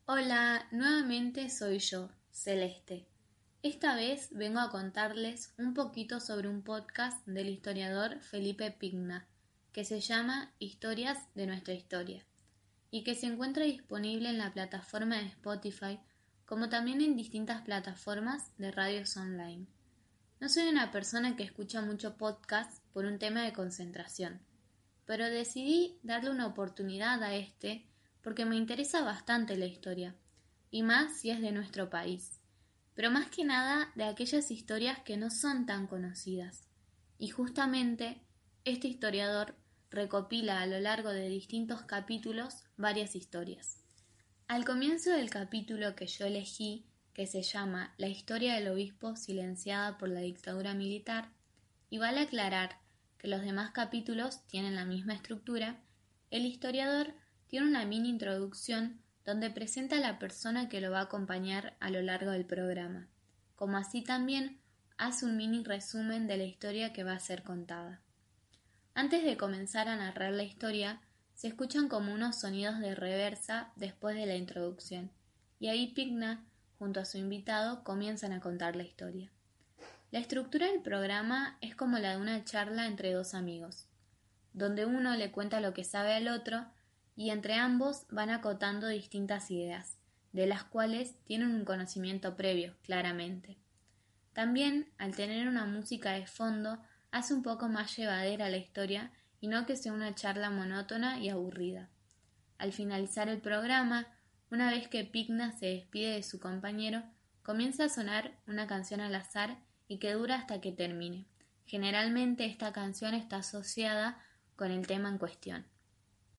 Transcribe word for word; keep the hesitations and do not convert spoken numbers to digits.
Hola, nuevamente soy yo, Celeste. Esta vez vengo a contarles un poquito sobre un podcast del historiador Felipe Pigna, que se llama Historias de nuestra historia, y que se encuentra disponible en la plataforma de Spotify, como también en distintas plataformas de radios online. No soy una persona que escucha mucho podcast por un tema de concentración, pero decidí darle una oportunidad a este porque me interesa bastante la historia, y más si es de nuestro país, pero más que nada de aquellas historias que no son tan conocidas. Y justamente este historiador recopila a lo largo de distintos capítulos varias historias. Al comienzo del capítulo que yo elegí, que se llama La historia del obispo silenciada por la dictadura militar, y vale aclarar que los demás capítulos tienen la misma estructura, el historiador tiene una mini introducción donde presenta a la persona que lo va a acompañar a lo largo del programa, como así también hace un mini resumen de la historia que va a ser contada. Antes de comenzar a narrar la historia, se escuchan como unos sonidos de reversa después de la introducción, y ahí Pigna, junto a su invitado, comienzan a contar la historia. La estructura del programa es como la de una charla entre dos amigos, donde uno le cuenta lo que sabe al otro y entre ambos van acotando distintas ideas, de las cuales tienen un conocimiento previo, claramente. También, al tener una música de fondo, hace un poco más llevadera la historia y no que sea una charla monótona y aburrida. Al finalizar el programa, una vez que Pigna se despide de su compañero, comienza a sonar una canción al azar y que dura hasta que termine. Generalmente esta canción está asociada con el tema en cuestión.